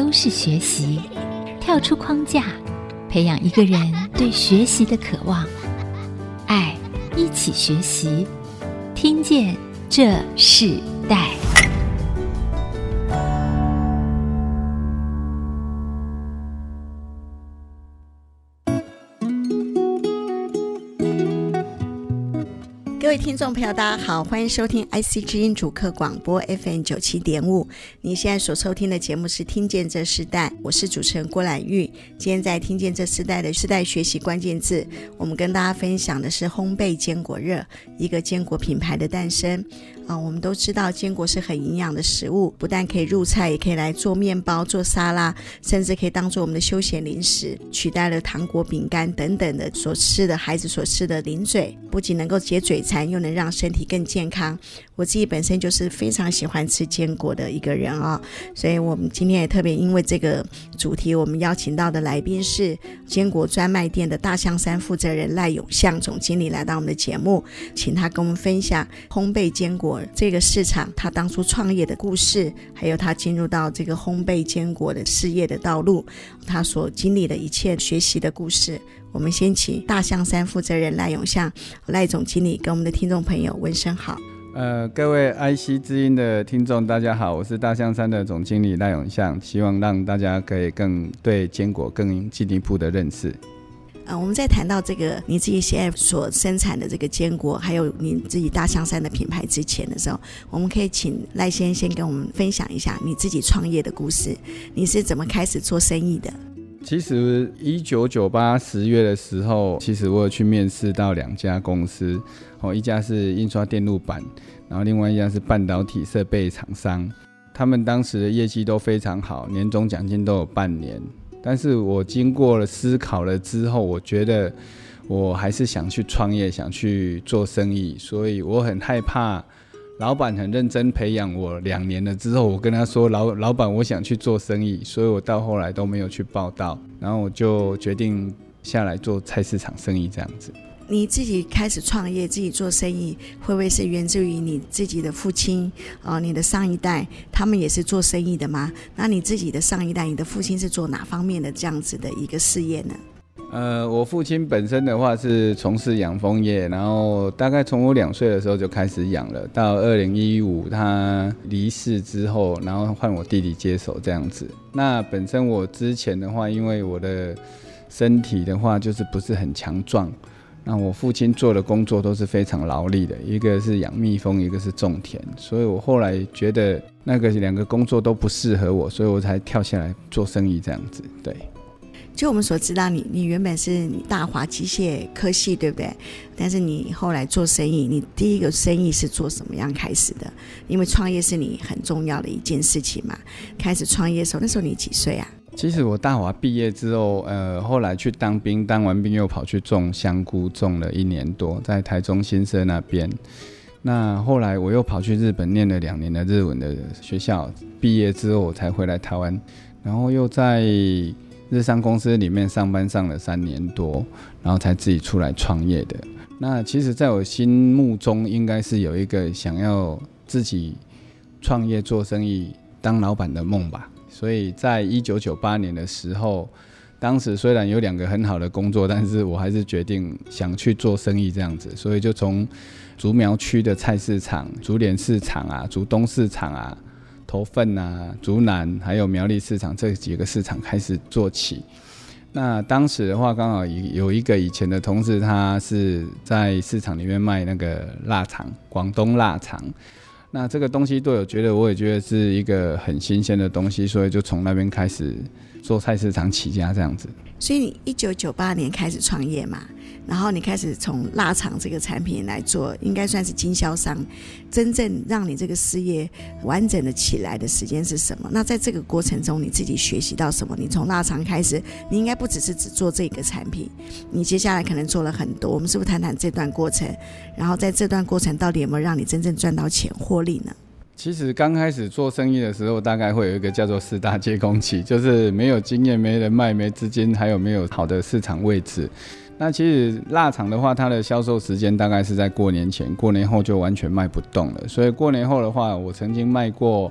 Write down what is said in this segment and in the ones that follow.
都是学习，跳出框架，培养一个人对学习的渴望。爱，一起学习，听见这世代。 各位听众朋友大家好，欢迎收听 IC 之音主客广播 FM97.5。 你现在所收听的节目是听见这世代，我是主持人郭兰玉。今天在听见这世代的世代学习关键字，我们跟大家分享的是烘焙坚果热，一个坚果品牌的诞生。我们都知道坚果是很营养的食物，不但可以入菜，也可以来做面包、做沙拉，甚至可以当做我们的休闲零食，取代了糖果、饼干等等的所吃的孩子所吃的零嘴，不仅能够解嘴馋，又能让身体更健康。我自己本身就是非常喜欢吃坚果的一个人所以我们今天也特别因为这个主题，我们邀请到的来宾是坚果专卖店的大象山负责人赖永相总经理来到我们的节目，请他跟我们分享烘焙坚果这个市场，他当初创业的故事，还有他进入到这个烘焙坚果的事业的道路，他所经历的一切学习的故事。我们先请大象山负责人赖永相赖总经理跟我们的听众朋友问声好。 各位 IC 之音的听众大家好，我是大象山的总经理赖永相，希望让大家可以更对坚果更进一步的认识。 我们在谈到这个你自己现在所生产的这个坚果，还有你自己大象山的品牌之前的时候，我们可以请赖先生跟我们分享一下你自己创业的故事，你是怎么开始做生意的？ 其实1998 10月的时候，其实我有去面试到2家公司，一家是印刷电路板，然后另外一家是半导体设备厂商。他们当时的业绩都非常好，年终奖金都有半年。但是我经过了思考了之后，我觉得我还是想去创业，想去做生意，所以我很害怕老板很认真培养我2年了之后，我跟他说老板我想去做生意，所以我到后来都没有去报到，然后我就决定下来做菜市场生意这样子。 你自己开始创业自己做生意，会不会是源自于你自己的父亲你的上一代他们也是做生意的吗？那你自己的上一代，你的父亲是做哪方面的这样子的一个事业呢？ 我父亲本身的话是从事养蜂业，然后大概从我2岁的时候就开始养了，到2015他离世之后，然后换我弟弟接手这样子。那本身我之前的话，因为我的身体的话就是不是很强壮，那我父亲做的工作都是非常劳力的，一个是养蜜蜂，一个是种田，所以我后来觉得那个2个工作都不适合我，所以我才跳下来做生意这样子。对， 就我们所知道你原本是大华机械科系对不对？但是你后来做生意，你第一个生意是做什么样开始的？因为创业是你很重要的一件事情嘛。开始创业的时候，那时候你几岁啊？ 其实我大华毕业之后后来去当兵，当完兵又跑去种香菇，种了1年多，在台中新社那边。那后来我又跑去日本念了2年的日文的学校，毕业之后我才回来台湾，然后又在日商公司里面上班上了3年多，然后才自己出来创业的。那其实在我心目中应该是有一个想要自己创业做生意当老板的梦吧。所以在1998年的时候，当时虽然有2个很好的工作，但是我还是决定想去做生意这样子，所以就从竹苗区的菜市场、竹联市场啊、竹东市场啊、头份啊、竹南还有苗栗市场这几个市场开始做起。那当时的话，刚好有一个以前的同事，他是在市场里面卖那个腊肠，广东腊肠。那这个东西对我也觉得是一个很新鲜的东西，所以就从那边开始做菜市场起家这样子。 所以你1998年开始创业嘛，然后你开始从腊肠这个产品来做，应该算是经销商。真正让你这个事业完整的起来的时间是什么？那在这个过程中你自己学习到什么？你从腊肠开始，你应该不只做这个产品，你接下来可能做了很多。我们是不是谈谈这段过程？然后在这段过程到底有没有让你真正赚到钱获利呢？ 其实刚开始做生意的时候，大概会有一个叫做4大接工期，就是没有经验、没人脉、没资金，还有没有好的市场位置。那其实腊肠的话，它的销售时间大概是在过年前，过年后就完全卖不动了。所以过年后的话，我曾经卖过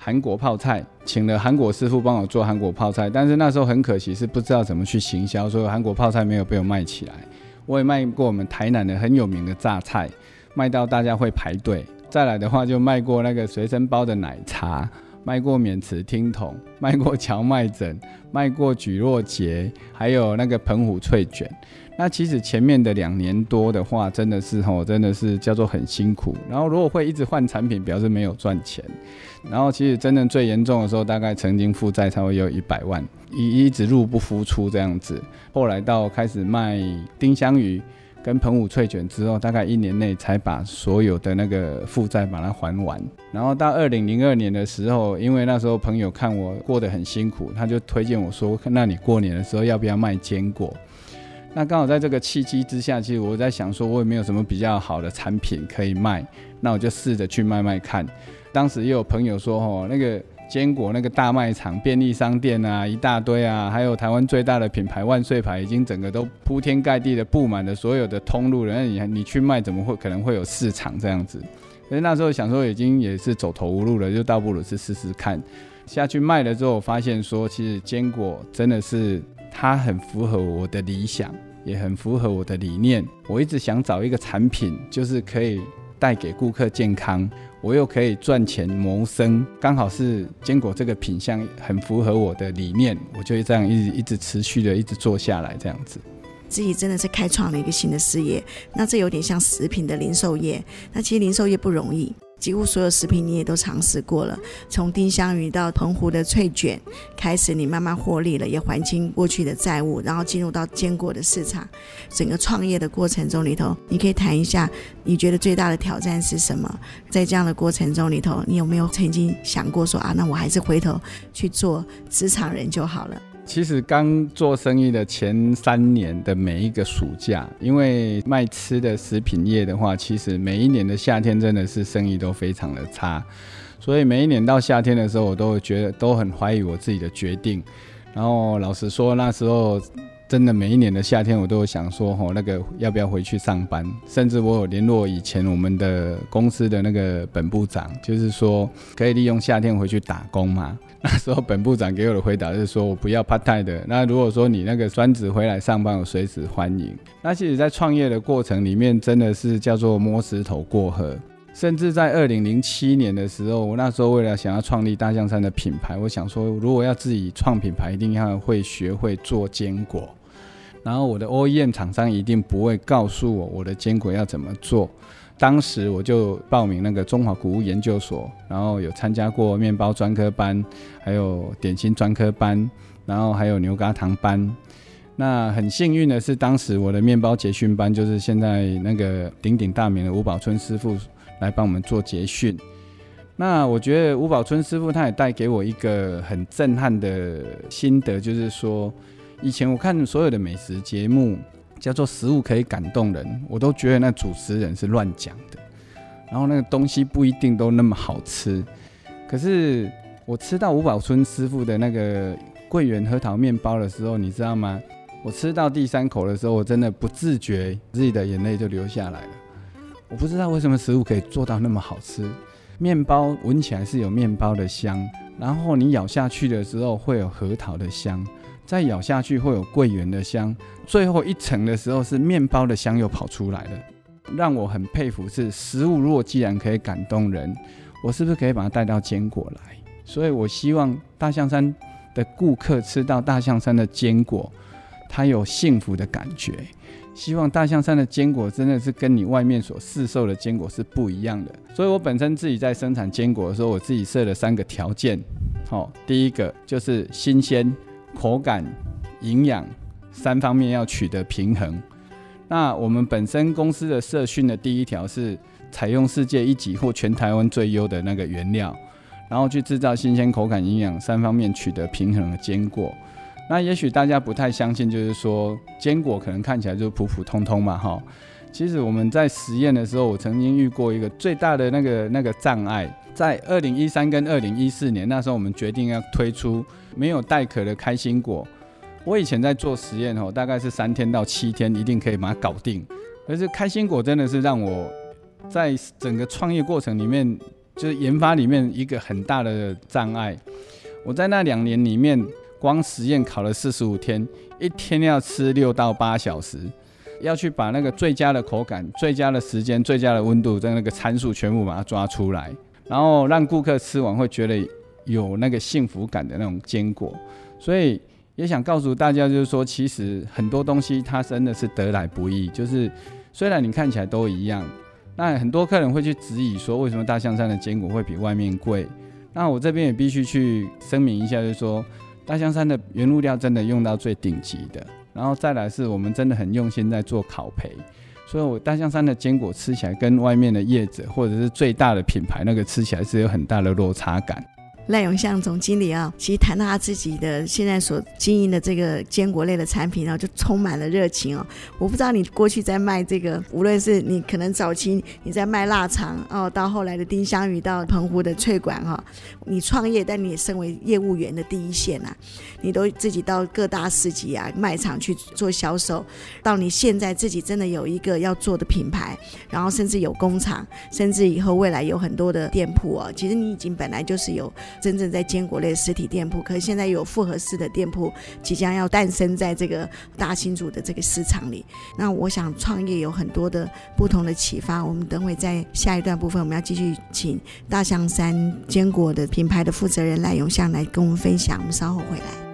韩国泡菜，请了韩国师傅帮我做韩国泡菜，但是那时候很可惜是不知道怎么去行销，所以韩国泡菜没有被我卖起来。我也卖过我们台南的很有名的榨菜，卖到大家会排队。再来的话就卖过那个随身包的奶茶，卖过免磁听筒，卖过荞麦枕，卖过蒟蒻节，还有那个澎湖脆卷。那其实前面的2年多的话，真的是叫做很辛苦。然后如果会一直换产品，表示没有赚钱。然后其实真正最严重的时候，大概曾经负债差不多有100万，一直入不敷出这样子。后来到开始卖丁香鱼跟澎湖脆卷之后，大概1年内才把所有的那个负债把它还完。然后到2002年的时候，因为那时候朋友看我过得很辛苦，他就推荐我说，那你过年的时候要不要卖坚果？那刚好在这个契机之下，其实我在想说，我也没有什么比较好的产品可以卖，那我就试着去卖卖看。当时也有朋友说，那个坚果那个大卖场、便利商店啊，一大堆啊，还有台湾最大的品牌万岁牌，已经整个都铺天盖地的布满了所有的通路了。那你去卖，怎么会可能会有市场这样子？可是那时候想说，已经也是走投无路了，就倒不如是试试看。下去卖了之后，我发现说，其实坚果真的是它很符合我的理想，也很符合我的理念。我一直想找一个产品，就是可以带给顾客健康，我又可以赚钱谋生，刚好是坚果这个品项很符合我的理念，我就这样一直持续的一直做下来这样子。 自己真的是开创了一个新的事业，那这有点像食品的零售业。那其实零售业不容易，几乎所有食品你也都尝试过了，从丁香鱼到澎湖的脆卷开始，你慢慢获利了，也还清过去的债务，然后进入到坚果的市场。整个创业的过程中里头，你可以谈一下你觉得最大的挑战是什么？在这样的过程中里头，你有没有曾经想过说那我还是回头去做职场人就好了？ 其实刚做生意的前3年的每一个暑假，因为卖吃的食品业的话，其实每一年的夏天真的是生意都非常的差，所以每一年到夏天的时候，我都觉得都很怀疑我自己的决定。然后老实说，那时候真的每一年的夏天，我都有想说那个要不要回去上班，甚至我有联络以前我们的公司的那个本部长，就是说可以利用夏天回去打工嘛。那时候本部长给我的回答是说，我不要 part time 的，那如果说你那个专职回来上班，我随时欢迎。那其实在创业的过程里面，真的是叫做摸石头过河。甚至在2007年的时候，我那时候为了想要创立大象山的品牌，我想说如果要自己创品牌，一定要会学会做坚果，然后我的 OEM 厂商一定不会告诉我的坚果要怎么做。当时我就报名那个中华谷物研究所，然后有参加过面包专科班，还有点心专科班，然后还有牛轧糖班。那很幸运的是，当时我的面包结训班就是现在那个鼎鼎大名的吴宝春师傅来帮我们做结训。那我觉得吴宝春师傅他也带给我一个很震撼的心得，就是说以前我看所有的美食节目叫做食物可以感动人，我都觉得那主持人是乱讲的，然后那个东西不一定都那么好吃。可是我吃到吴宝春师傅的那个桂圆核桃面包的时候，你知道吗？我吃到第3口的时候，我真的不自觉自己的眼泪就流下来了。我不知道为什么食物可以做到那么好吃，面包闻起来是有面包的香，然后你咬下去的时候会有核桃的香，再咬下去会有桂圆的香，最后一层的时候是面包的香又跑出来了。让我很佩服是食物如果既然可以感动人，我是不是可以把它带到坚果来？所以我希望大象山的顾客吃到大象山的坚果，他有幸福的感觉。希望大象山的坚果真的是跟你外面所市售的坚果是不一样的。所以我本身自己在生产坚果的时候，我自己设了3个条件。第一个就是新鲜、口感、营养3方面要取得平衡。那我们本身公司的社训的第1条是采用世界1级或全台湾最优的那个原料，然后去制造新鲜、口感、营养3方面取得平衡的坚果。那也许大家不太相信，就是说坚果可能看起来就普普通通嘛，其实我们在实验的时候，我曾经遇过一个最大的那个障碍，在2013跟2014年，那时候我们决定要推出没有带壳的开心果。我以前在做实验大概是3天到7天一定可以把它搞定，可是开心果真的是让我在整个创业过程里面就是研发里面一个很大的障碍。我在那2年里面，光实验考了45天，一天要吃6到8小时，要去把那个最佳的口感、最佳的时间、最佳的温度的那个参数全部把它抓出来，然后让顾客吃完会觉得有那个幸福感的那种坚果。所以也想告诉大家，就是说其实很多东西它真的是得来不易，就是虽然你看起来都一样，那很多客人会去质疑说为什么大象山的坚果会比外面贵。那我这边也必须去声明一下，就是说大象山的原物料真的用到最顶级的，然后再来是我们真的很用心在做烤焙，所以我大象山的坚果吃起来跟外面的业者或者是最大的品牌那个吃起来是有很大的落差感。 赖永相总经理啊，其实谈到他自己的现在所经营的这个坚果类的产品就充满了热情哦。我不知道你过去在卖这个，无论是你可能早期你在卖腊肠到后来的丁香鱼，到澎湖的脆管你创业，但你也身为业务员的第一线你都自己到各大市集卖场去做销售，到你现在自己真的有一个要做的品牌，然后甚至有工厂，甚至以后未来有很多的店铺其实你已经本来就是有真正在坚果类实体店铺，可是现在有复合式的店铺即将要诞生在这个大新竹的这个市场里。那我想创业有很多的不同的启发，我们等会在下一段部分我们要继续请大象山坚果的品牌的负责人赖永相来跟我们分享，我们稍后回来。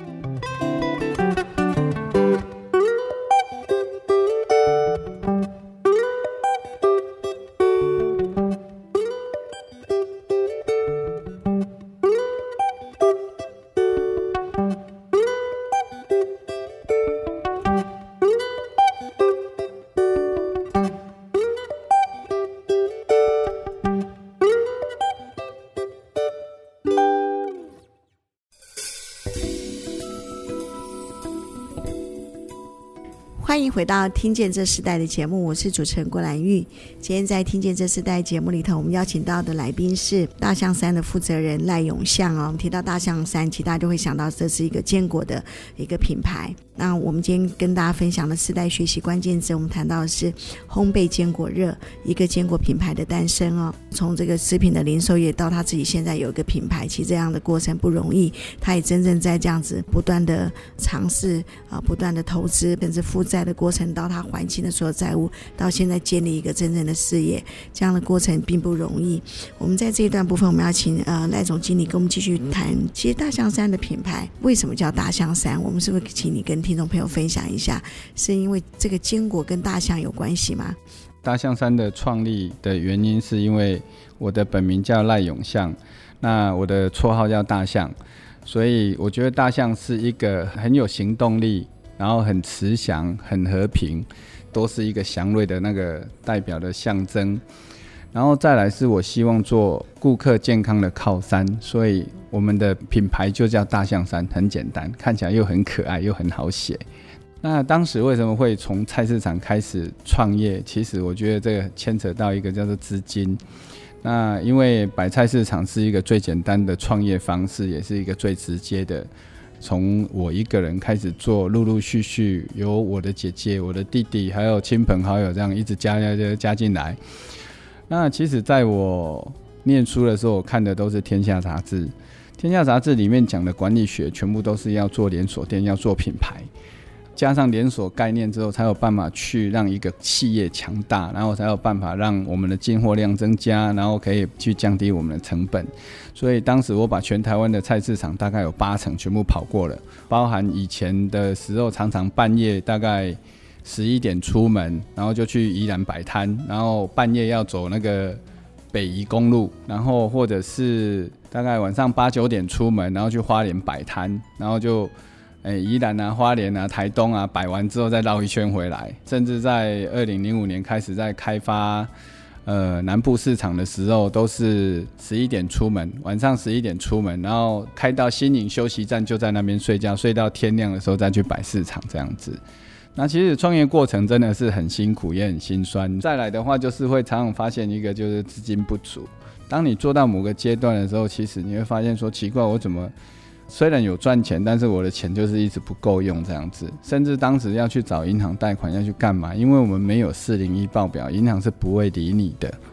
欢迎回到听见这时代的节目，我是主持人郭兰玉。今天在听见这时代节目里头，我们邀请到的来宾是大象山的负责人赖永相我们提到大象山，其实大家就会想到这是一个坚果的一个品牌。那我们今天跟大家分享的世代学习关键字，我们谈到的是烘焙坚果热，一个坚果品牌的诞生从这个食品的零售业到他自己现在有一个品牌，其实这样的过程不容易，他也真正在这样子不断的尝试不断的投资，甚至负债的过程，到他还清的所有债务，到现在建立一个真正的事业，这样的过程并不容易。我们在这一段部分，我们要请赖总经理跟我们继续谈，其实大象山的品牌为什么叫大象山，我们是不是请你跟听众朋友分享一下，是因为这个坚果跟大象有关系吗？ 大象山的创立的原因是因为我的本名叫赖永相，那我的绰号叫大象，所以我觉得大象是一个很有行动力，然后很慈祥很和平，都是一个祥瑞的那个代表的象征。然后再来是我希望做顾客健康的靠山，所以我们的品牌就叫大象山，很简单，看起来又很可爱又很好写。那当时为什么会从菜市场开始创业，其实我觉得这个牵扯到一个叫做资金。那因为摆菜市场是一个最简单的创业方式，也是一个最直接的，从我一个人开始做，陆陆续续由我的姐姐我的弟弟还有亲朋好友这样一直加进来。那其实在我念书的时候，我看的都是天下杂志，天下杂志里面讲的管理学全部都是要做连锁店，要做品牌，加上连锁概念之后，才有办法去让一个企业强大，然后才有办法让我们的进货量增加，然后可以去降低我们的成本。所以当时我把全台湾的菜市场大概有80%全部跑过了，包含以前的时候常常半夜大概11点出门，然后就去宜兰摆摊，然后半夜要走那个北宜公路，然后或者是大概晚上8、9点出门，然后去花莲摆摊，然后就宜兰啊、花莲啊、台东啊摆完之后再绕一圈回来，甚至在2005年开始在开发南部市场的时候，都是11点出门，晚上11点出门，然后开到新营休息站就在那边睡觉，睡到天亮的时候再去摆市场这样子。那其实创业过程真的是很辛苦也很辛酸。再来的话就是会常常发现一个就是资金不足，当你做到某个阶段的时候，其实你会发现说奇怪，我怎么虽然有赚钱，但是我的钱就是一直不够用这样子，甚至当时要去找银行贷款要去干嘛，因为我们没有401报表，银行是不会理你的，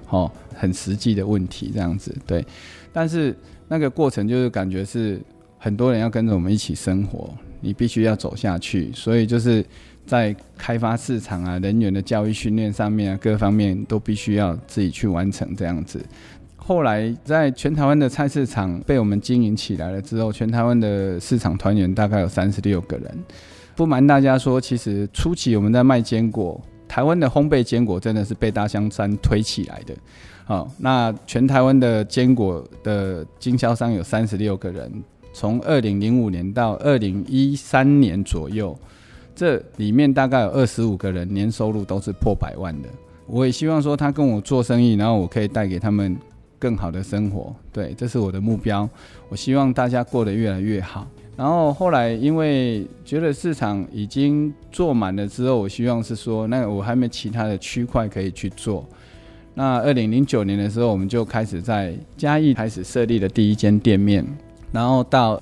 很实际的问题这样子。对，但是那个过程就是感觉是很多人要跟着我们一起生活，你必须要走下去，所以就是在开发市场啊、人员的教育训练上面啊，各方面都必须要自己去完成这样子。后来在全台湾的菜市场被我们经营起来了之后，全台湾的市场团员大概有36个人。不瞒大家说，其实初期我们在卖坚果，台湾的烘焙坚果真的是被大香山推起来的。那全台湾的坚果的经销商有36个人，从2005年到2013年左右，这里面大概有25个人年收入都是破100万的。我也希望说他跟我做生意，然后我可以带给他们更好的生活，对，这是我的目标。我希望大家过得越来越好。然后后来因为觉得市场已经做满了之后，我希望是说那我还没其他的区块可以去做。那2009年的时候，我们就开始在嘉义开始设立了第一间店面，然后到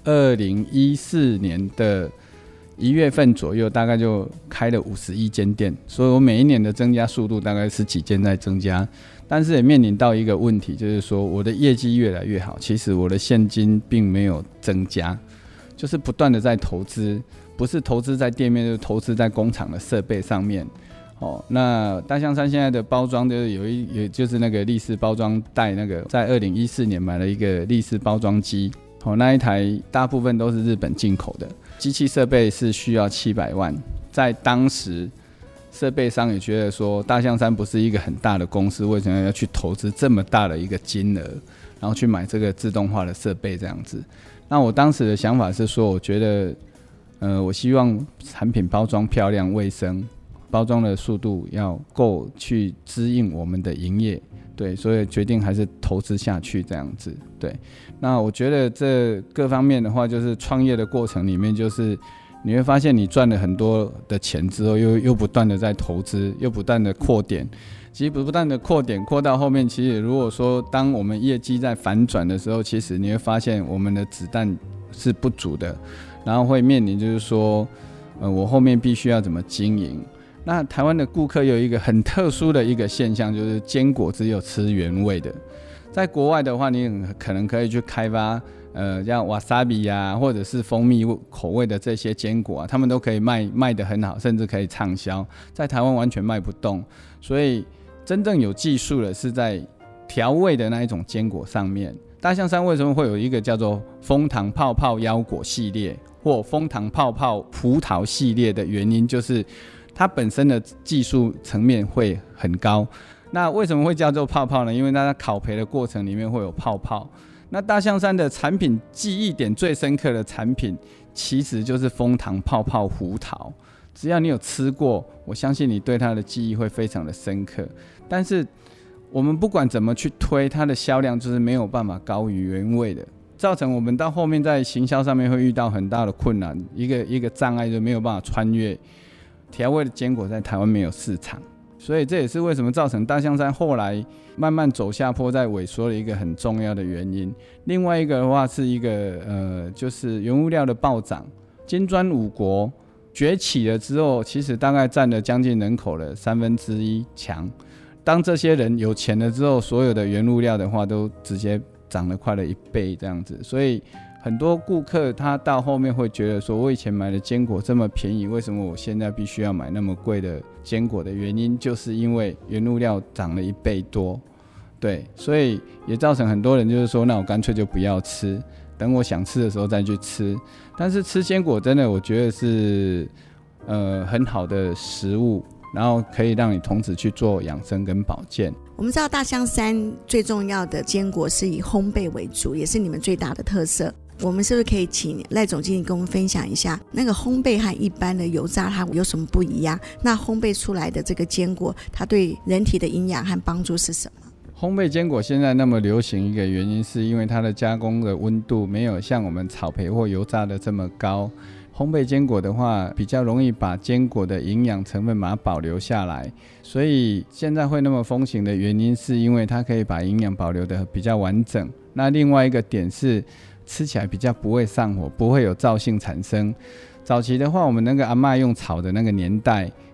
2014年的1月份左右，大概就开了51间店，所以我每一年的增加速度大概是几间在增加，但是也面临到一个问题，就是说我的业绩越来越好，其实我的现金并没有增加，就是不断的在投资，不是投资在店面，就是投资在工厂的设备上面。那大象山现在的包装就是也就是那个立式包装袋，那个在2014年买了一个立式包装机，那一台大部分都是日本进口的，机器设备是需要700万，在当时设备商也觉得说大象山不是一个很大的公司，为什么要去投资这么大的一个金额，然后去买这个自动化的设备这样子。那我当时的想法是说，我觉得我希望产品包装漂亮卫生，包装的速度要够去支应我们的营业，对，所以决定还是投资下去这样子。对，那我觉得这各方面的话，就是创业的过程里面，就是你会发现你赚了很多的钱之后，又不断的在投资，又不断的扩点。其实不断的扩点，扩到后面，其实如果说当我们业绩在反转的时候，其实你会发现我们的子弹是不足的，然后会面临就是说，我后面必须要怎么经营。那台湾的顾客有一个很特殊的一个现象，就是坚果只有吃原味的。在国外的话，你可能可以去开发像 wasabi 啊，或者是蜂蜜口味的这些坚果啊，他们都可以卖得很好，甚至可以畅销。在台湾完全卖不动，所以真正有技术的是在调味的那一种坚果上面。大象山为什么会有一个叫做枫糖泡泡腰果系列或枫糖泡泡葡萄系列的原因，就是它本身的技术层面会很高。那为什么会叫做泡泡呢？因为它在烤焙的过程里面会有泡泡。那大象山的产品记忆点最深刻的产品，其实就是枫糖泡泡胡桃。只要你有吃过，我相信你对它的记忆会非常的深刻。但是我们不管怎么去推，它的销量就是没有办法高于原味的，造成我们到后面在行销上面会遇到很大的困难，一个障碍就没有办法穿越。调味的坚果在台湾没有市场，所以这也是为什么造成大象山后来慢慢走下坡，在萎缩的一个很重要的原因。另外一个的话是一个就是原物料的暴涨。金砖五国崛起了之后，其实大概占了将近人口的1/3强。当这些人有钱了之后，所有的原物料的话都直接涨了快了1倍这样子，所以很多顾客他到后面会觉得说，我以前买的坚果这么便宜，为什么我现在必须要买那么贵的坚果的原因，就是因为原物料涨了1倍多。对，所以也造成很多人就是说，那我干脆就不要吃，等我想吃的时候再去吃。但是吃坚果真的我觉得是很好的食物，然后可以让你同时去做养生跟保健。 我们知道大象山最重要的坚果是以烘焙为主，也是你们最大的特色。我们是不是可以请赖总经理跟我们分享一下，那个烘焙和一般的油炸它有什么不一样？那烘焙出来的这个坚果，它对人体的营养和帮助是什么？ 烘焙坚果现在那么流行，一个原因是因为它的加工的温度没有像我们炒焙或油炸的这么高。烘焙坚果的话，比较容易把坚果的营养成分把它保留下来，所以现在会那么风行的原因，是因为它可以把营养保留的比较完整。那另外一个点是，吃起来比较不会上火，不会有燥性产生。早期的话，我们那个阿嬷用炒的那个年代，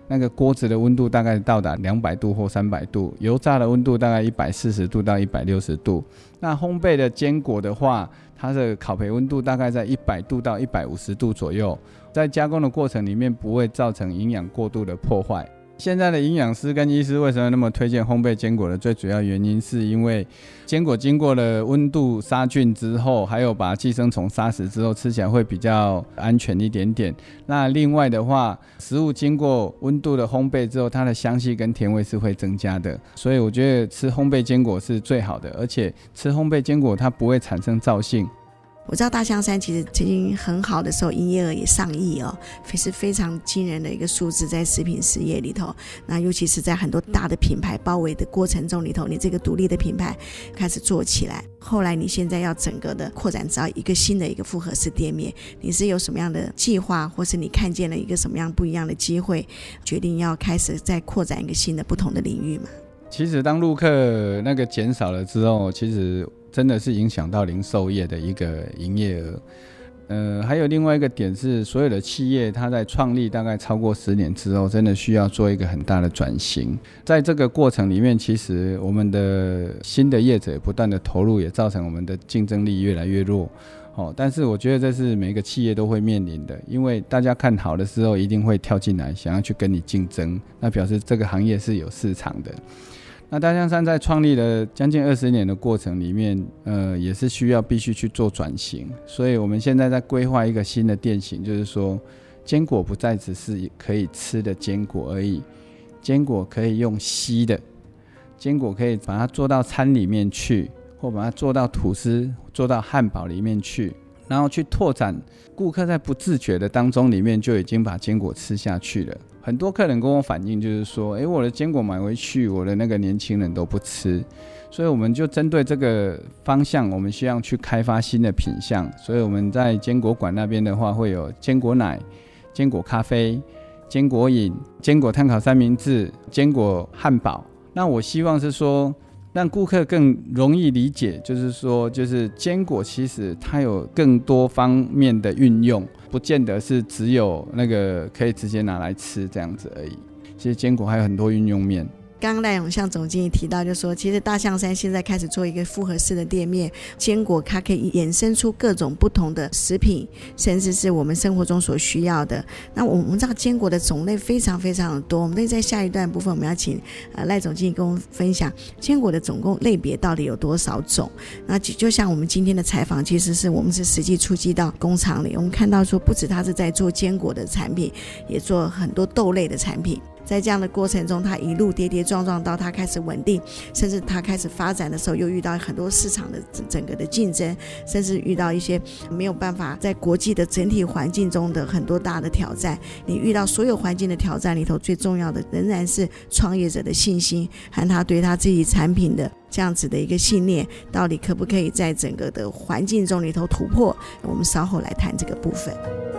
那个锅子的温度大概到达200度或300度，油炸的温度大概140度到160度。那烘焙的坚果的话，它的烤焙温度大概在100度到150度左右，在加工的过程里面不会造成营养过度的破坏。现在的营养师跟医师为什么那么推荐烘焙坚果的最主要原因是因为坚果经过了温度杀菌之后，还有把寄生虫杀死之后，吃起来会比较安全一点点。那另外的话，食物经过温度的烘焙之后，它的香气跟甜味是会增加的，所以我觉得吃烘焙坚果是最好的，而且吃烘焙坚果它不会产生燥性。 我知道大象山其实曾经很好的时候，营业额也上亿哦，是非常惊人的一个数字在食品事业里头。那尤其是在很多大的品牌包围的过程中里头，你这个独立的品牌开始做起来，后来你现在要整个的扩展到一个新的一个复合式店面，你是有什么样的计划，或是你看见了一个什么样不一样的机会，决定要开始再扩展一个新的不同的领域吗？ 其实当陆客那个减少了之后，其实真的是影响到零售业的一个营业额。还有另外一个点是，所有的企业它在创立大概超过10年之后，真的需要做一个很大的转型。在这个过程里面，其实我们的新的业者也不断的投入，也造成我们的竞争力越来越弱。但是我觉得这是每个企业都会面临的，因为大家看好的时候一定会跳进来想要去跟你竞争，那表示这个行业是有市场的。那大象山在创立了将近20年的过程里面，也是必须去做转型，所以我们现在在规划一个新的店型，就是说坚果不再只是可以吃的坚果而已，坚果可以用吸的，坚果可以把它做到餐里面去，或把它做到吐司、做到汉堡里面去，然后去拓展顾客在不自觉的当中里面就已经把坚果吃下去了。很多客人跟我反映就是说，我的坚果买回去，我的那个年轻人都不吃，所以我们就针对这个方向，我们需要去开发新的品项。所以我们在坚果馆那边的话，会有坚果奶、坚果咖啡、坚果饮、坚果碳烤三明治、坚果汉堡。那我希望是说让顾客更容易理解，就是说坚果其实它有更多方面的运用，不见得是只有那个可以直接拿来吃这样子而已。其实坚果还有很多运用面。 刚刚赖永象总经理提到，就说其实大象山现在开始做一个复合式的店面，坚果它可以衍生出各种不同的食品，甚至是我们生活中所需要的。那我们知道坚果的种类非常非常的多，我们在下一段部分我们要请赖总经理跟我们分享坚果的总共类别到底有多少种。那就像我们今天的采访，其实是我们是实际出击到工厂里，我们看到说不止他是在做坚果的产品，也做很多豆类的产品。在这样的过程中，他一路跌跌撞撞到他开始稳定，甚至他开始发展的时候，又遇到很多市场的整个的竞争，甚至遇到一些没有办法在国际的整体环境中的很多大的挑战。你遇到所有环境的挑战里头，最重要的仍然是创业者的信心和他对他自己产品的这样子的一个信念，到底可不可以在整个的环境中里头突破。我们稍后来谈这个部分。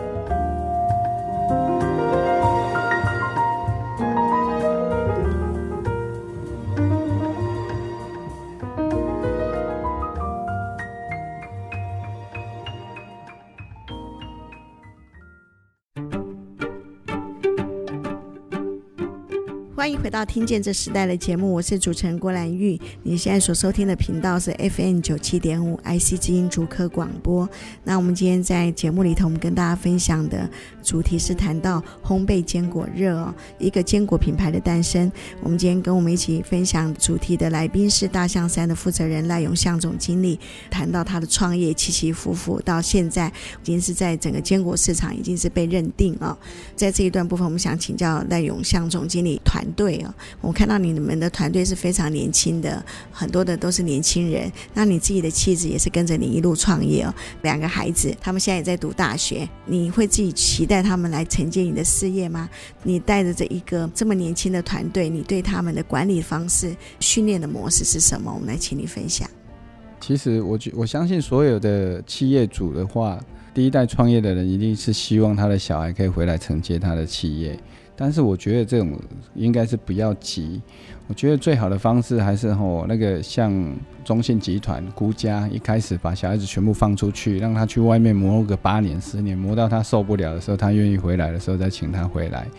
欢迎回到听见这时代的节目，我是主持人郭兰玉。你现在所收听的频道是 FM97.5 IC 之音竹科广播。那我们今天在节目里头，我们跟大家分享的主题是谈到烘焙坚果热一个坚果品牌的诞生。我们今天跟我们一起分享主题的来宾是大象山的负责人赖永象总经理，谈到他的创业起起伏伏，到现在已经是在整个坚果市场已经是被认定在这一段部分，我们想请教赖永象总经理团队我看到你们的团队是非常年轻的，很多的都是年轻人。那你自己的妻子也是跟着你一路创业2个孩子他们现在也在读大学，你会自己期待他们来承接你的事业吗？你带着这一个这么年轻的团队，你对他们的管理方式、训练的模式是什么？我们来请你分享。 其实我相信所有的企业主的话，第一代创业的人一定是希望他的小孩可以回来承接他的企业，但是我觉得这种应该是不要急。我觉得最好的方式还是那个像中信集团孤家一开始把小孩子全部放出去，让他去外面磨个8年10年，磨到他受不了的时候，他愿意回来的时候再请他回来。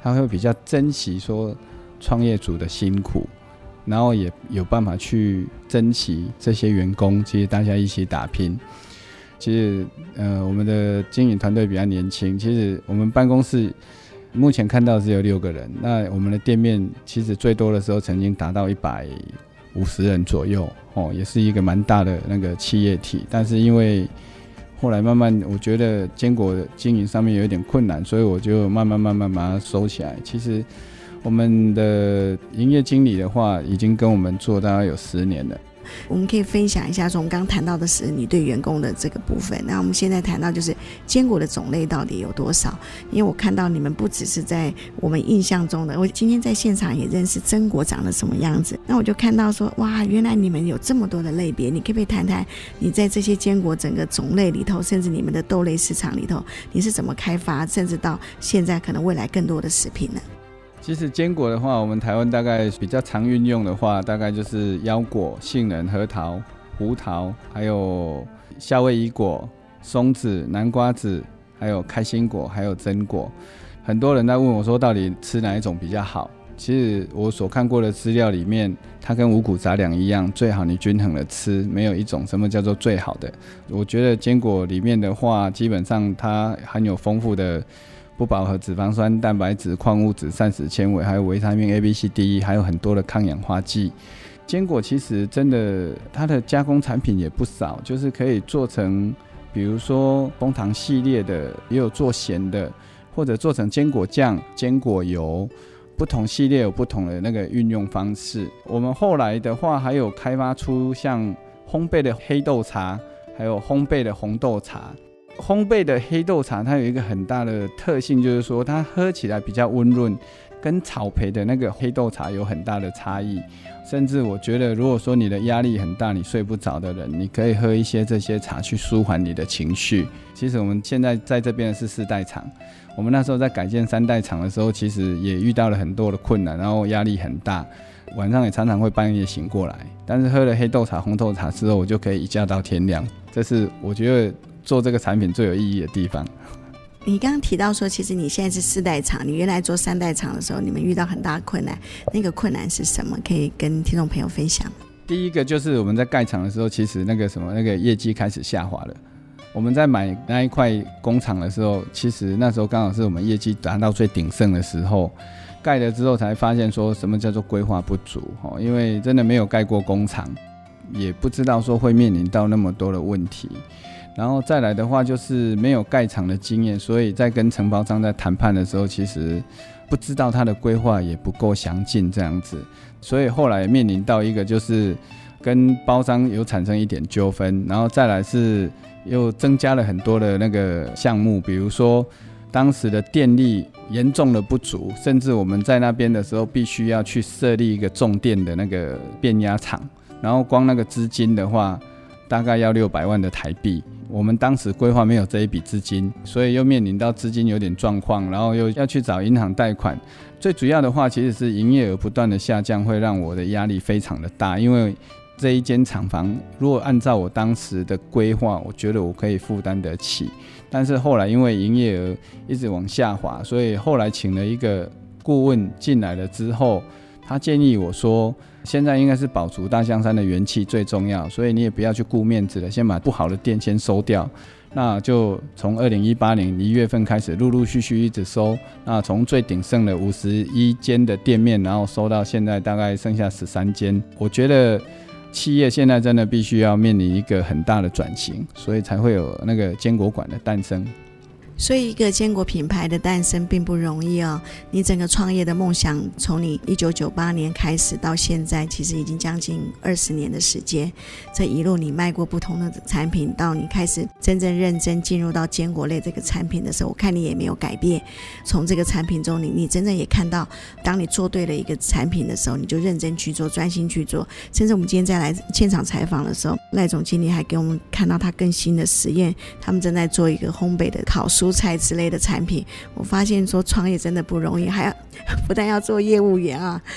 他会比较珍惜说创业主的辛苦，然后也有办法去珍惜这些员工，其实大家一起打拼。其实我们的经营团队比较年轻，其实我们办公室目前看到只有6个人，那我们的店面其实最多的时候曾经达到150人左右，也是一个蛮大的那个企业体。但是因为后来慢慢我觉得坚果的经营上面有一点困难，所以我就慢慢把它收起来。其实我们的营业经理的话已经跟我们做大概有10年了。 我们可以分享一下，从刚谈到的是你对员工的这个部分，那我们现在谈到就是坚果的种类到底有多少？因为我看到你们不只是在我们印象中的，我今天在现场也认识榛果长得什么样子，那我就看到说，哇，原来你们有这么多的类别。你可不可以谈谈你在这些坚果整个种类里头，甚至你们的豆类市场里头，你是怎么开发，甚至到现在可能未来更多的食品呢？ 其实坚果的话，我们台湾大概比较常运用的话，大概就是腰果、杏仁、核桃、胡桃，还有夏威夷果、松子、南瓜子，还有开心果，还有榛果。很多人在问我说，到底吃哪一种比较好？其实我所看过的资料里面，它跟五谷杂粮一样，最好你均衡的吃，没有一种什么叫做最好的。我觉得坚果里面的话，基本上它含有丰富的不饱和脂肪酸、蛋白质、矿物质、膳食纤维，还有维他命 A、B、C、D、E， 还有很多的抗氧化剂。坚果其实真的它的加工产品也不少，就是可以做成比如说枫糖系列的，也有做咸的，或者做成坚果酱、坚果油，不同系列有不同的那个运用方式。我们后来的话还有开发出像烘焙的黑豆茶，还有烘焙的红豆茶。烘焙的黑豆茶它有一个很大的特性，就是说它喝起来比较温润，跟草焙的那个黑豆茶有很大的差异。甚至我觉得如果说你的压力很大，你睡不着的人，你可以喝一些这些茶去舒缓你的情绪。其实我们现在在这边的是4代厂，我们那时候在改建3代厂的时候，其实也遇到了很多的困难，然后压力很大，晚上也常常会半夜醒过来。但是喝了黑豆茶、红豆茶之后，我就可以一觉到天亮，这是我觉得做这个产品最有意义的地方。 你刚刚提到说，其实你现在是4代厂，你原来做3代厂的时候，你们遇到很大的困难，那个困难是什么？可以跟听众朋友分享。 第一个就是我们在盖厂的时候，其实那个业绩开始下滑了。我们在买那一块工厂的时候，其实那时候刚好是我们业绩达到最鼎盛的时候，盖了之后才发现说什么叫做规划不足，因为真的没有盖过工厂，也不知道说会面临到那么多的问题。然后再来的话就是没有盖厂的经验，所以在跟承包商在谈判的时候，其实不知道他的规划也不够详尽这样子，所以后来面临到一个就是跟包商有产生一点纠纷，然后再来是又增加了很多的那个项目，比如说当时的电力严重的不足，甚至我们在那边的时候必须要去设立一个重电的那个变压厂，然后光那个资金的话大概要600万的台币，我们当时规划没有这一笔资金，所以又面临到资金有点状况，然后又要去找银行贷款。最主要的话其实是营业额不断的下降，会让我的压力非常的大，因为这一间厂房如果按照我当时的规划，我觉得我可以负担得起，但是后来因为营业额一直往下滑，所以后来请了一个顾问进来了之后，他建议我说现在应该是保住大象山的元气最重要，所以你也不要去顾面子了，先把不好的店先收掉。那就从2018年1月份开始陆陆续续一直收，那从最鼎盛的51间的店面，然后收到现在大概剩下13间。我觉得企业现在真的必须要面临一个很大的转型，所以才会有那个坚果馆的诞生。 所以一个坚果品牌的诞生并不容易哦。你整个创业的梦想从你1998年开始到现在，其实已经将近20年的时间。这一路你卖过不同的产品，到你开始真正认真进入到坚果类这个产品的时候，我看你也没有改变。从这个产品中你真正也看到，当你做对了一个产品的时候，你就认真去做，专心去做。甚至我们今天再来现场采访的时候，赖总经理还给我们看到他更新的实验，他们正在做一个烘焙的烤蔬菜之类的产品。我发现说创业真的不容易，还要不但要做业务员啊，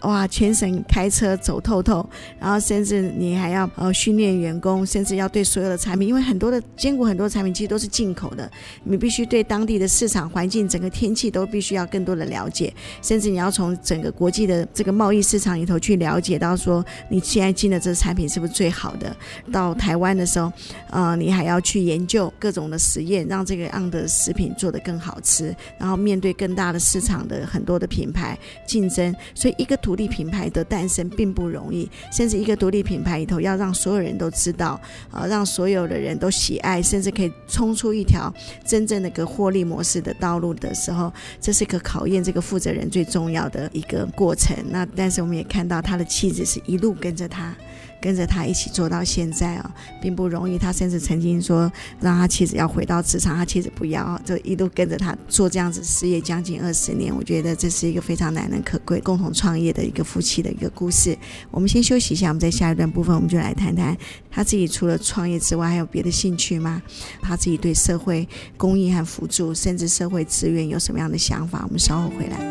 哇，全省开车走透透，然后甚至你还要训练员工，甚至要对所有的产品，因为很多的坚果很多产品其实都是进口的，你必须对当地的市场环境整个天气都必须要更多的了解，甚至你要从整个国际的这个贸易市场里头去了解到说你现在进的这个产品是不是最好的。到台湾的时候你还要去研究各种的实验，让这个样的食品做得更好吃，然后面对更大的市场的很多的品牌竞争，所以一个独立品牌的诞生并不容易，甚至一个独立品牌里头要让所有人都知道让所有的人都喜爱，甚至可以冲出一条真正的一个获利模式的道路的时候，这是个考验这个负责人最重要的一个过程。那但是我们也看到他的妻子是一路跟着他一起做到现在并不容易。他甚至曾经说让他妻子要回到职场，他妻子不要，就一路跟着他做这样子事业将近20年。我觉得这是一个非常难能可贵共同创业的一个夫妻的一个故事。我们先休息一下，我们在下一段部分我们就来谈谈他自己除了创业之外还有别的兴趣吗？他自己对社会公益和辅助甚至社会资源有什么样的想法？我们稍后回来。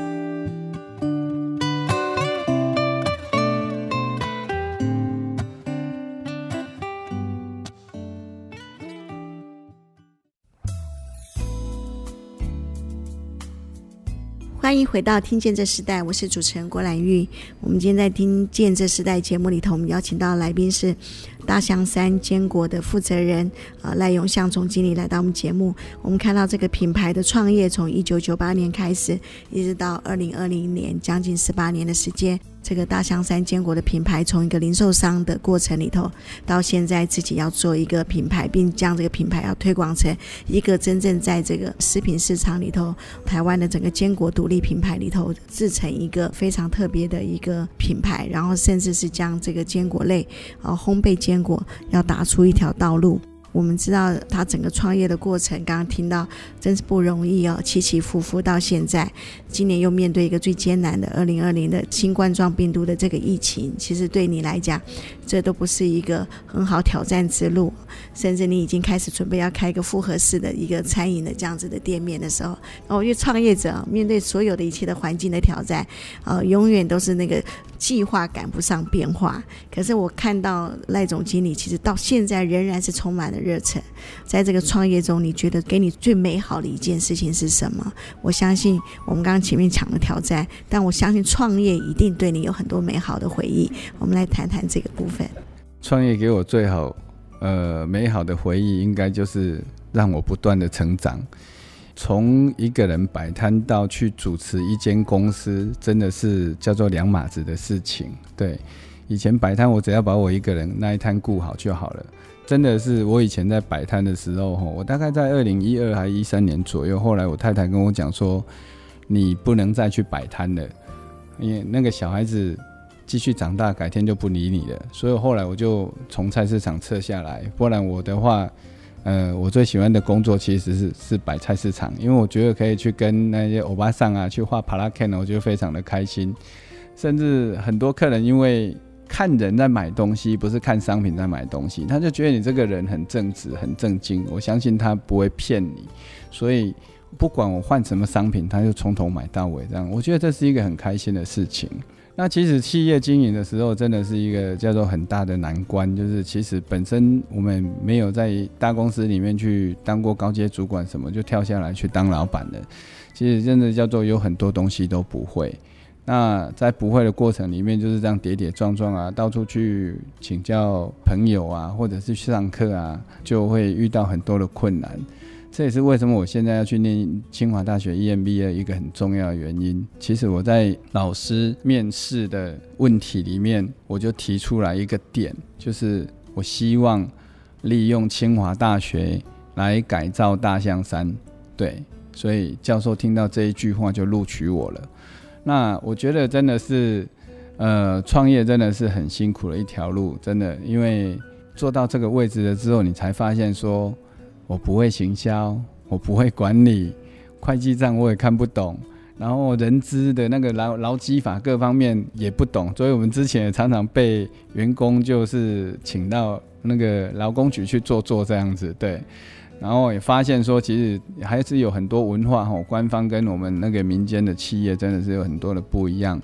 欢迎回到听见这时代，我是主持人郭兰玉。我们今天在听见这时代节目里头，我们邀请到的来宾是大象山坚果的负责人赖永相总经理来到我们节目。我们看到这个品牌的创业从1998年开始，一直到2020年，将近18年的时间。这个大象山坚果的品牌从一个零售商的过程里头，到现在自己要做一个品牌，并将这个品牌要推广成一个真正在这个食品市场里头，台湾的整个坚果独立品牌里头制成一个非常特别的一个品牌，然后甚至是将这个坚果类烘焙坚果要打出一条道路。我们知道他整个创业的过程，刚刚听到真是不容易起起伏伏到现在，今年又面对一个最艰难的2020的新冠状病毒的这个疫情，其实对你来讲这都不是一个很好挑战之路，甚至你已经开始准备要开一个复合式的一个餐饮的这样子的店面的时候，我觉得创业者面对所有的一切的环境的挑战永远都是那个计划赶不上变化。可是我看到赖总经理其实到现在仍然是充满了热忱。在这个创业中，你觉得给你最美好的一件事情是什么？我相信我们刚刚前面讲的挑战，但我相信创业一定对你有很多美好的回忆。我们来谈谈这个部分。 创业给我最好美好的回忆，应该就是让我不断的成长。从一个人摆摊到去主持一间公司，真的是叫做两码子的事情。对，以前摆摊我只要把我一个人那一摊顾好就好了。真的是我以前在摆摊的时候，我大概在2012还13年左右，后来我太太跟我讲说，你不能再去摆摊了，因为那个小孩子继续长大，改天就不理你了。所以后来我就从菜市场撤下来，不然我的话我最喜欢的工作其实是摆菜市场，因为我觉得可以去跟那些欧巴桑去画帕拉 can， 我觉得非常的开心。甚至很多客人因为看人在买东西，不是看商品在买东西，他就觉得你这个人很正直很正经，我相信他不会骗你，所以不管我换什么商品，他就从头买到尾这样。我觉得这是一个很开心的事情。那其实企业经营的时候真的是一个叫做很大的难关，就是其实本身我们没有在大公司里面去当过高阶主管什么，就跳下来去当老板了，其实真的叫做有很多东西都不会。那在不会的过程里面就是这样跌跌撞撞到处去请教朋友或者是去上课就会遇到很多的困难。这也是为什么我现在要去念清华大学 EMBA 一个很重要的原因。其实我在老师面试的问题里面，我就提出来一个点，就是我希望利用清华大学来改造大象山。对，所以教授听到这一句话就录取我了。那我觉得真的是创业真的是很辛苦的一条路，真的，因为做到这个位置了之后，你才发现说我不会行销，我不会管理，会计账我也看不懂，然后人资的那个劳基法各方面也不懂，所以我们之前也常常被员工就是请到那个劳工局去做这样子。对，然后也发现说其实还是有很多文化官方跟我们那个民间的企业真的是有很多的不一样。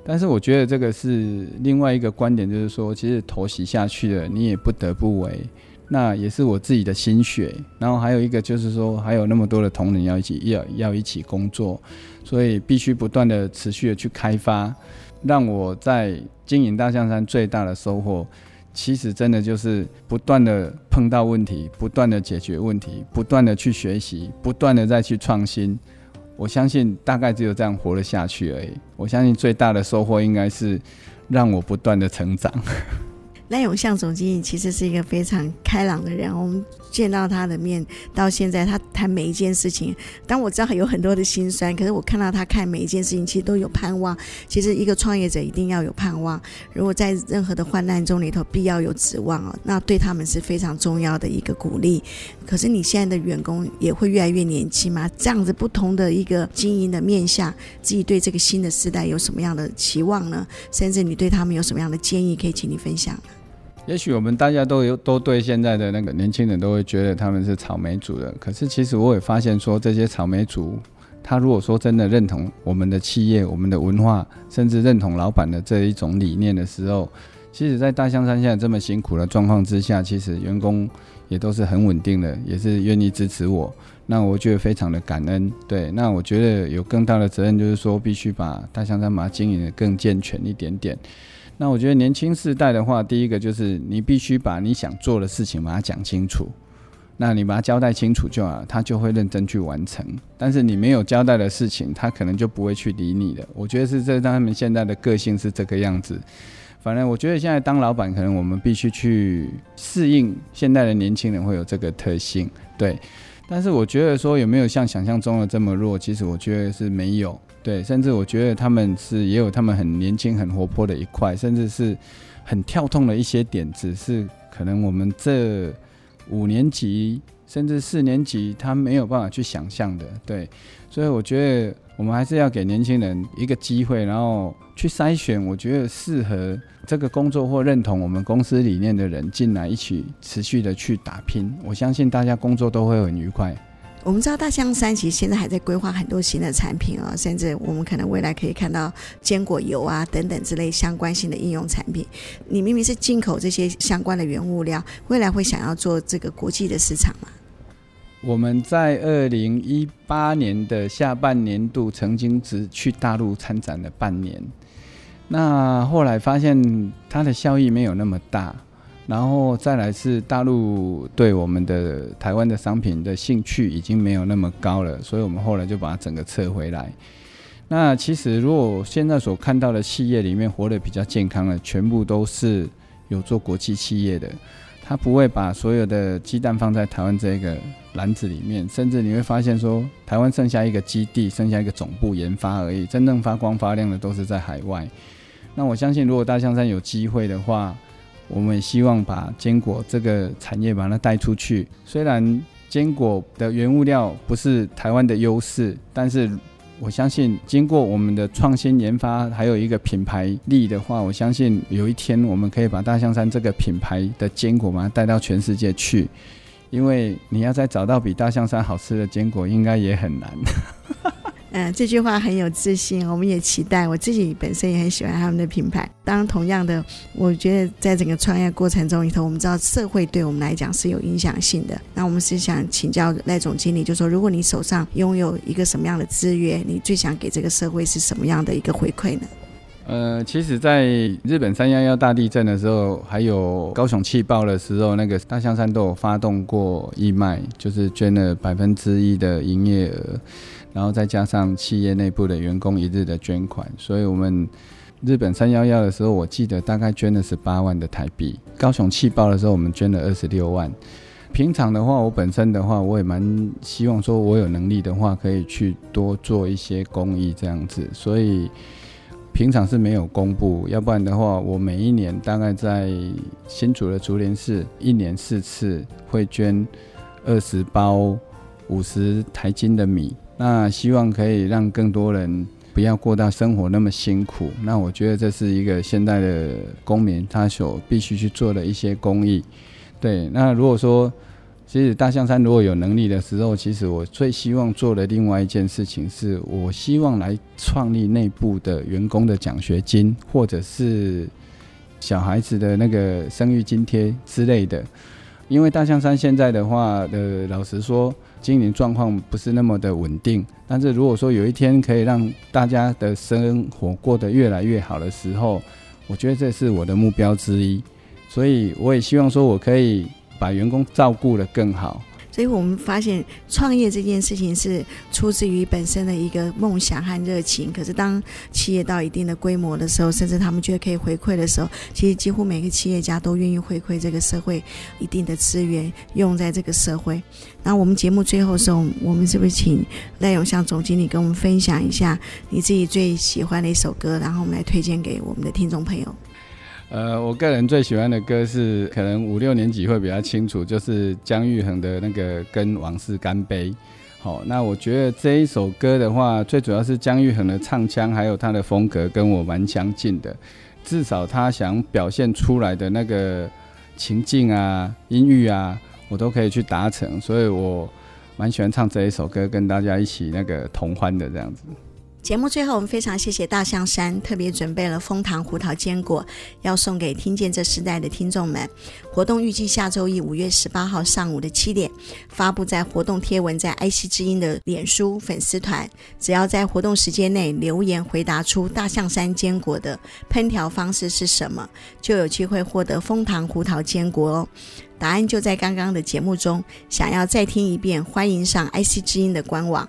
但是我觉得这个是另外一个观点，就是说其实头洗下去了你也不得不为，那也是我自己的心血。然后还有一个就是说还有那么多的同仁要一起工作，所以必须不断的持续的去开发。让我在经营大象山最大的收获，其实真的就是不断的碰到问题，不断的解决问题，不断的去学习，不断的再去创新。我相信大概只有这样活了下去而已。我相信最大的收获应该是让我不断的成长。 赖永相总经理其实是一个非常开朗的人，我们见到他的面到现在，他谈每一件事情，当我知道有很多的辛酸，可是我看到他看每一件事情其实都有盼望。其实一个创业者一定要有盼望，如果在任何的患难中里头必要有指望那对他们是非常重要的一个鼓励。可是你现在的员工也会越来越年轻吗？这样子不同的一个经营的面向，自己对这个新的世代有什么样的期望呢？甚至你对他们有什么样的建议可以请你分享呢？ 也许我们大家都对现在的那个年轻人都会觉得他们是草莓族的，可是其实我也发现说，这些草莓族他如果说真的认同我们的企业、我们的文化，甚至认同老板的这一种理念的时候，其实在大象山现在这么辛苦的状况之下，其实员工也都是很稳定的，也是愿意支持我，那我觉得非常的感恩。对，那我觉得有更大的责任，就是说必须把大象山把它经营得更健全一点点。那我觉得年轻世代的话，第一个就是你必须把你想做的事情把它讲清楚，那你把它交代清楚就好，他就会认真去完成。但是你没有交代的事情，他可能就不会去理你的。我觉得是这他们现在的个性是这个样子。反正我觉得现在当老板，可能我们必须去适应现在的年轻人会有这个特性，对。但是我觉得说有没有像想象中的这么弱，其实我觉得是没有。对，甚至我觉得他们也有他们很年轻很活泼的一块，甚至是很跳动的一些点子，是可能我们这5年级甚至4年级他没有办法去想象的。对，所以我觉得我们还是要给年轻人一个机会，然后去筛选我觉得适合这个工作或认同我们公司理念的人进来，一起持续的去打拼。我相信大家工作都会很愉快。 我们知道大象山其实现在还在规划很多新的产品甚至我们可能未来可以看到坚果油等等之类相关性的应用产品。你明明是进口这些相关的原物料，未来会想要做这个国际的市场吗？ 我们在2018年的下半年度曾经只去大陆参展了半年，那后来发现它的效益没有那么大，然后再来是大陆对我们的台湾的商品的兴趣已经没有那么高了，所以我们后来就把它整个撤回来。那其实如果现在所看到的企业里面活得比较健康的，全部都是有做国际企业的，他不会把所有的鸡蛋放在台湾这个篮子里面，甚至你会发现说台湾剩下一个基地，剩下一个总部研发而已，真正发光发亮的都是在海外。那我相信如果大象山有机会的话，我们也希望把坚果这个产业把它带出去。虽然坚果的原物料不是台湾的优势，但是我相信经过我们的创新研发还有一个品牌力的话，我相信有一天我们可以把大象山这个品牌的坚果把它带到全世界去，因为你要再找到比大象山好吃的坚果应该也很难。 这句话很有自信，我们也期待，我自己本身也很喜欢他们的品牌。当然同样的，我觉得在整个创业过程中里头，我们知道社会对我们来讲是有影响性的。那我们是想请教赖总经理，就是说如果你手上拥有一个什么样的资源，你最想给这个社会是什么样的一个回馈呢？ 其实在日本311大地震的时候，还有高雄气爆的时候，那个大象山都有发动过义卖，就是捐了1%的营业额，然后再加上企业内部的员工1日的捐款，所以我们日本311的时候，我记得大概捐了18万的台币。高雄气爆的时候，我们捐了26万。平常的话，我本身的话，我也蛮希望说，我有能力的话，可以去多做一些公益这样子，所以平常是没有公布，要不然的话，我每一年大概在新竹的竹林寺1年4次会捐20包50台斤的米，那希望可以让更多人不要过到生活那么辛苦。那我觉得这是一个现代的公民他所必须去做的一些公益。对，那如果说其实大象山如果有能力的时候，其实我最希望做的另外一件事情是，我希望来创立内部的员工的奖学金，或者是小孩子的那个生育津贴之类的。因为大象山现在的话，老实说，经营状况不是那么的稳定。但是如果说有一天可以让大家的生活过得越来越好的时候，我觉得这是我的目标之一。所以我也希望说我可以把员工照顾得更好。 所以我们发现创业这件事情是出自于本身的一个梦想和热情，可是当企业到一定的规模的时候，甚至他们觉得可以回馈的时候，其实几乎每个企业家都愿意回馈这个社会一定的资源用在这个社会。然后我们节目最后的时候，我们是不是请赖永祥总经理跟我们分享一下你自己最喜欢的一首歌，然后我们来推荐给我们的听众朋友。 我个人最喜欢的歌是可能5、6年级会比较清楚，就是姜育恒的那个《跟往事干杯》。那我觉得这一首歌的话，最主要是姜育恒的唱腔还有他的风格跟我蛮相近的，至少他想表现出来的那个情境啊、音域啊，我都可以去达成，所以我蛮喜欢唱这一首歌，跟大家一起那个同欢的这样子。 节目最后，我们非常谢谢大象山特别准备了枫糖胡桃坚果，要送给听见这时代的听众们。活动预计下周一5月18号上午的7点发布在活动贴文，在 IC 之音的脸书粉丝团，只要在活动时间内留言回答出大象山坚果的烹调方式是什么，就有机会获得枫糖胡桃坚果哦。答案就在刚刚的节目中，想要再听一遍，欢迎上 IC 之音的官网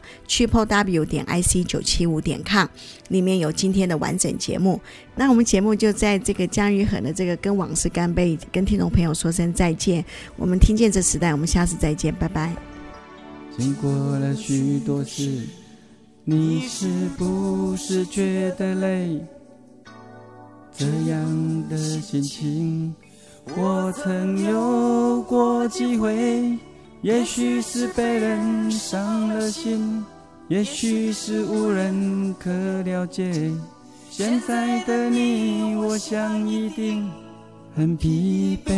www.ic975.com， 里面有今天的完整节目。那我们节目就在这个姜育恒的这个跟往事干杯，跟听众朋友说声再见。我们听见这时代，我们下次再见，拜拜。 经过了许多事，你是不是觉得累？这样的心情我曾有过机会，也许是被人伤了心，也许是无人可了解。现在的你，我想一定很疲惫。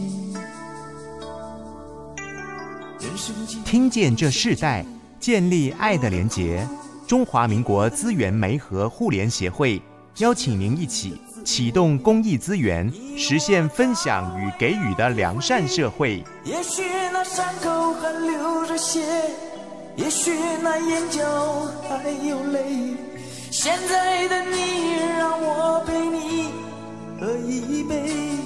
听见这世代，建立爱的连结。中华民国资源媒合互联协会邀请您一起启动公益资源，实现分享与给予的良善社会。 也许那伤口还流着血，也许那眼角还有泪，现在的你让我陪你喝一杯。